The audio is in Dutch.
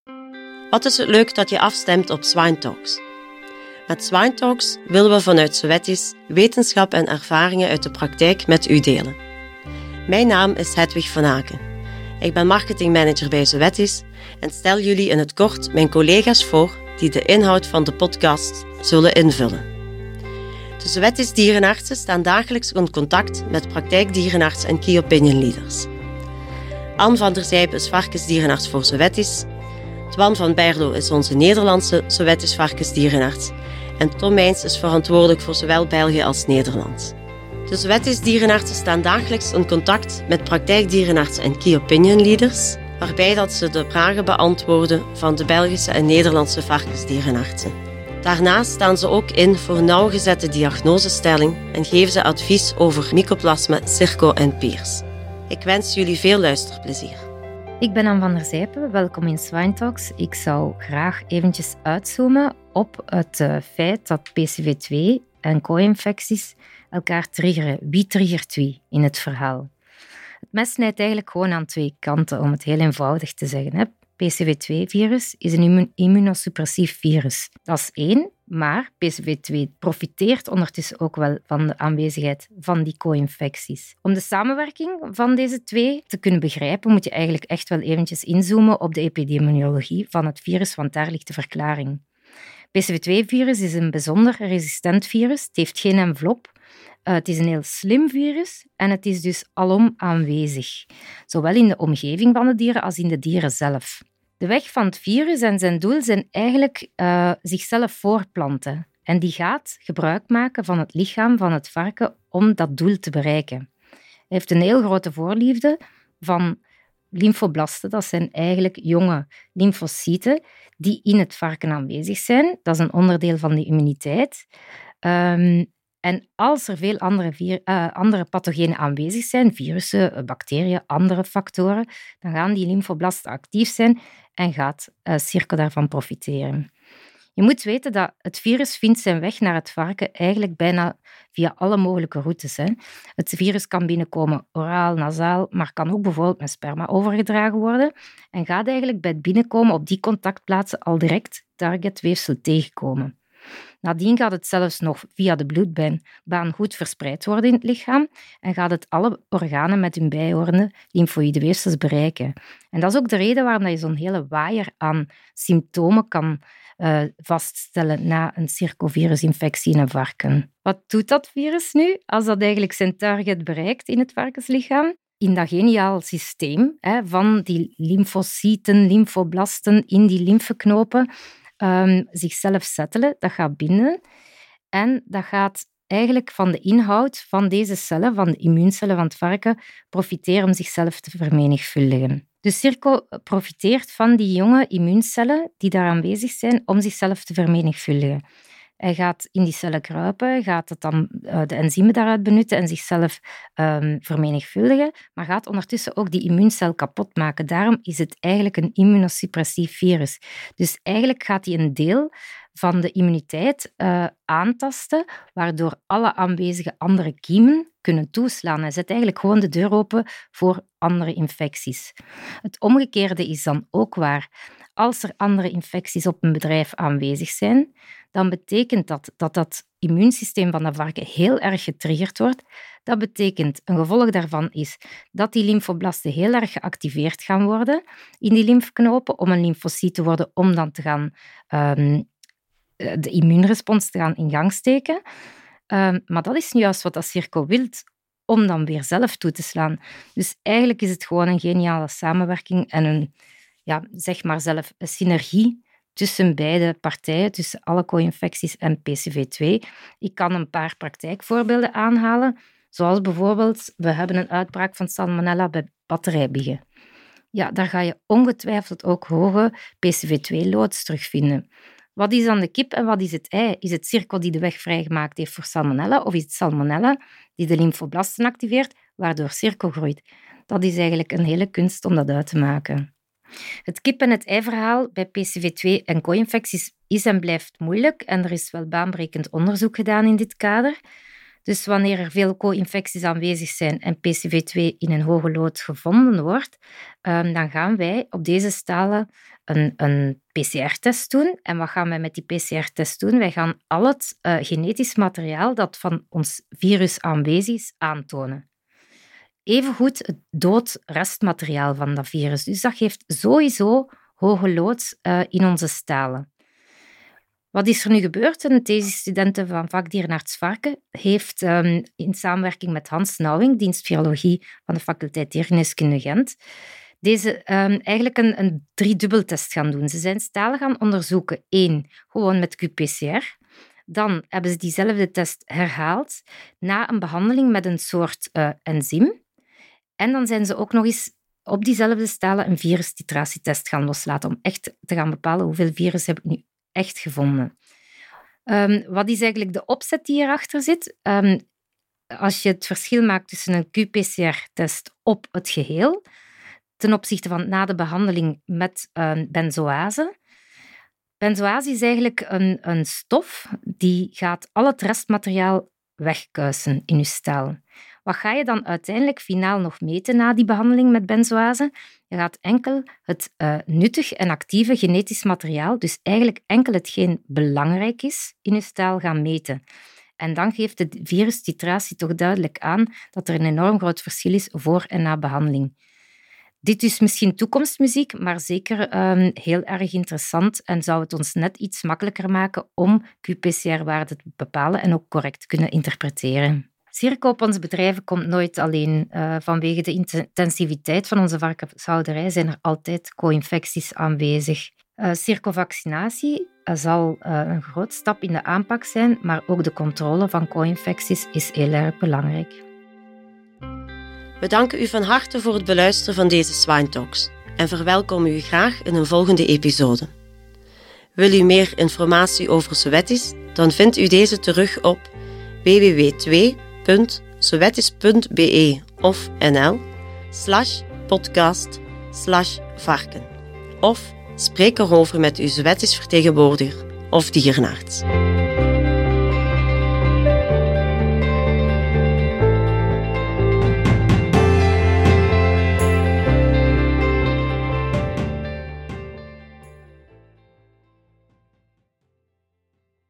Wat is het leuk dat je afstemt op Swine Talks. Met Swine Talks willen we vanuit Zoetis wetenschap en ervaringen uit de praktijk met u delen. Mijn naam is Hedwig van Aken. Ik ben marketingmanager bij Zoetis en stel jullie in het kort mijn collega's voor die de inhoud van de podcast zullen invullen. De Zoetis dierenartsen staan dagelijks in contact met praktijkdierenarts en key opinion leaders. Anne van der Zijpe is varkensdierenarts voor Zoetis. Twan van Berlo is onze Nederlandse Zoetis varkensdierenarts. En Tom Meijns is verantwoordelijk voor zowel België als Nederland. De Zoetis dierenartsen staan dagelijks in contact met praktijkdierenartsen en key opinion leaders, waarbij dat ze de vragen beantwoorden van de Belgische en Nederlandse varkensdierenartsen. Daarnaast staan ze ook in voor nauwgezette diagnosestelling en geven ze advies over mycoplasma, circo en peers. Ik wens jullie veel luisterplezier. Ik ben Anne van der Zijpe, welkom in Swine Talks. Ik zou graag eventjes uitzoomen op het feit dat PCV2 en kooi-infecties elkaar triggeren. Wie triggert wie in het verhaal? Het mes snijdt eigenlijk gewoon aan twee kanten, om het heel eenvoudig te zeggen. PCV2-virus is een immunosuppressief virus. Dat is één, maar PCV2 profiteert ondertussen ook wel van de aanwezigheid van die co-infecties. Om de samenwerking van deze twee te kunnen begrijpen, moet je eigenlijk echt wel eventjes inzoomen op de epidemiologie van het virus, want daar ligt de verklaring. PCV2-virus is een bijzonder resistent virus. Het heeft geen envelop. Het is een heel slim virus en het is dus alom aanwezig. Zowel in de omgeving van de dieren als in de dieren zelf. De weg van het virus en zijn doel zijn eigenlijk zichzelf voorplanten. En die gaat gebruik maken van het lichaam van het varken om dat doel te bereiken. Hij heeft een heel grote voorliefde van lymfoblasten. Dat zijn eigenlijk jonge lymfocyten die in het varken aanwezig zijn. Dat is een onderdeel van de immuniteit. En als er veel andere pathogenen aanwezig zijn, virussen, bacteriën, andere factoren, dan gaan die lymfoblasten actief zijn en gaat Circo daarvan profiteren. Je moet weten dat het virus vindt zijn weg naar het varken eigenlijk bijna via alle mogelijke routes. Het virus kan binnenkomen oraal, nasaal, maar kan ook bijvoorbeeld met sperma overgedragen worden en gaat eigenlijk bij het binnenkomen op die contactplaatsen al direct targetweefsel tegenkomen. Nadien gaat het zelfs nog via de bloedbaan goed verspreid worden in het lichaam en gaat het alle organen met hun bijhorende lymfoïde weefsels bereiken. En dat is ook de reden waarom je zo'n hele waaier aan symptomen kan vaststellen na een circovirusinfectie in een varken. Wat doet dat virus nu als dat eigenlijk zijn target bereikt in het varkenslichaam? In dat geniaal systeem van die lymfocyten, lymfoblasten in die lymfeknopen zichzelf settelen, dat gaat binden en dat gaat eigenlijk van de inhoud van deze cellen, van de immuuncellen van het varken, profiteren om zichzelf te vermenigvuldigen. Dus Circo profiteert van die jonge immuuncellen die daar aanwezig zijn om zichzelf te vermenigvuldigen. Hij gaat in die cellen kruipen, gaat het dan de enzymen daaruit benutten en zichzelf vermenigvuldigen, maar gaat ondertussen ook die immuuncel kapot maken. Daarom is het eigenlijk een immunosuppressief virus. Dus eigenlijk gaat hij een deel van de immuniteit aantasten, waardoor alle aanwezige andere kiemen kunnen toeslaan. Hij zet eigenlijk gewoon de deur open voor andere infecties. Het omgekeerde is dan ook waar. Als er andere infecties op een bedrijf aanwezig zijn, dan betekent dat immuunsysteem van dat varken heel erg getriggerd wordt. Dat betekent, een gevolg daarvan is dat die lymfoblasten heel erg geactiveerd gaan worden in die lymfeknopen om een lymfocyt te worden, om dan te gaan de immuunrespons te gaan in gang steken. Maar dat is nu juist wat dat Circo wil, om dan weer zelf toe te slaan. Dus eigenlijk is het gewoon een geniale samenwerking en een synergie tussen beide partijen, tussen alle co-infecties en PCV2. Ik kan een paar praktijkvoorbeelden aanhalen, zoals bijvoorbeeld, we hebben een uitbraak van salmonella bij batterijbiggen. Ja, daar ga je ongetwijfeld ook hoge PCV2-loads terugvinden. Wat is dan de kip en wat is het ei? Is het Circo die de weg vrijgemaakt heeft voor salmonella, of is het salmonella die de lymfoblasten activeert, waardoor Circo groeit? Dat is eigenlijk een hele kunst om dat uit te maken. Het kip- en het ei-verhaal bij PCV2 en kooi-infecties is en blijft moeilijk en er is wel baanbrekend onderzoek gedaan in dit kader. Dus wanneer er veel co-infecties aanwezig zijn en PCV2 in een hoge lood gevonden wordt, dan gaan wij op deze stalen een PCR-test doen. En wat gaan wij met die PCR-test doen? Wij gaan al het genetisch materiaal dat van ons virus aanwezig is aantonen. Evengoed het dood restmateriaal van dat virus. Dus dat geeft sowieso hoge lood in onze stalen. Wat is er nu gebeurd? Een thesisstudenten van vak dierenarts Varken heeft in samenwerking met Hans Nauwing, dienst virologie van de faculteit Diergeneeskunde Gent, deze eigenlijk een driedubbeltest gaan doen. Ze zijn stalen gaan onderzoeken. 1, gewoon met qPCR. Dan hebben ze diezelfde test herhaald na een behandeling met een soort enzym. En dan zijn ze ook nog eens op diezelfde stalen een virustitratietest gaan loslaten om echt te gaan bepalen hoeveel virus heb ik nu echt gevonden. Wat is eigenlijk de opzet die hierachter zit? Als je het verschil maakt tussen een qPCR-test op het geheel ten opzichte van na de behandeling met benzoase. Benzoase is eigenlijk een stof die gaat al het restmateriaal wegkuisen in je staal. Wat ga je dan uiteindelijk finaal nog meten na die behandeling met benzoase? Je gaat enkel het nuttig en actieve genetisch materiaal, dus eigenlijk enkel hetgeen belangrijk is, in je staal gaan meten. En dan geeft de virustitratie toch duidelijk aan dat er een enorm groot verschil is voor en na behandeling. Dit is misschien toekomstmuziek, maar zeker heel erg interessant en zou het ons net iets makkelijker maken om qPCR-waarden te bepalen en ook correct kunnen interpreteren. Circo op ons bedrijven komt nooit alleen. Vanwege de intensiviteit van onze varkenshouderij zijn er altijd co-infecties aanwezig. Circo-vaccinatie zal een groot stap in de aanpak zijn, maar ook de controle van co-infecties is heel erg belangrijk. We danken u van harte voor het beluisteren van deze Swine Talks en verwelkomen u graag in een volgende episode. Wil u meer informatie over Zoetis? Dan vindt u deze terug op www.zoetis.be of nl/podcast/varken. Of spreek erover met uw Zoetis vertegenwoordiger of dierenarts.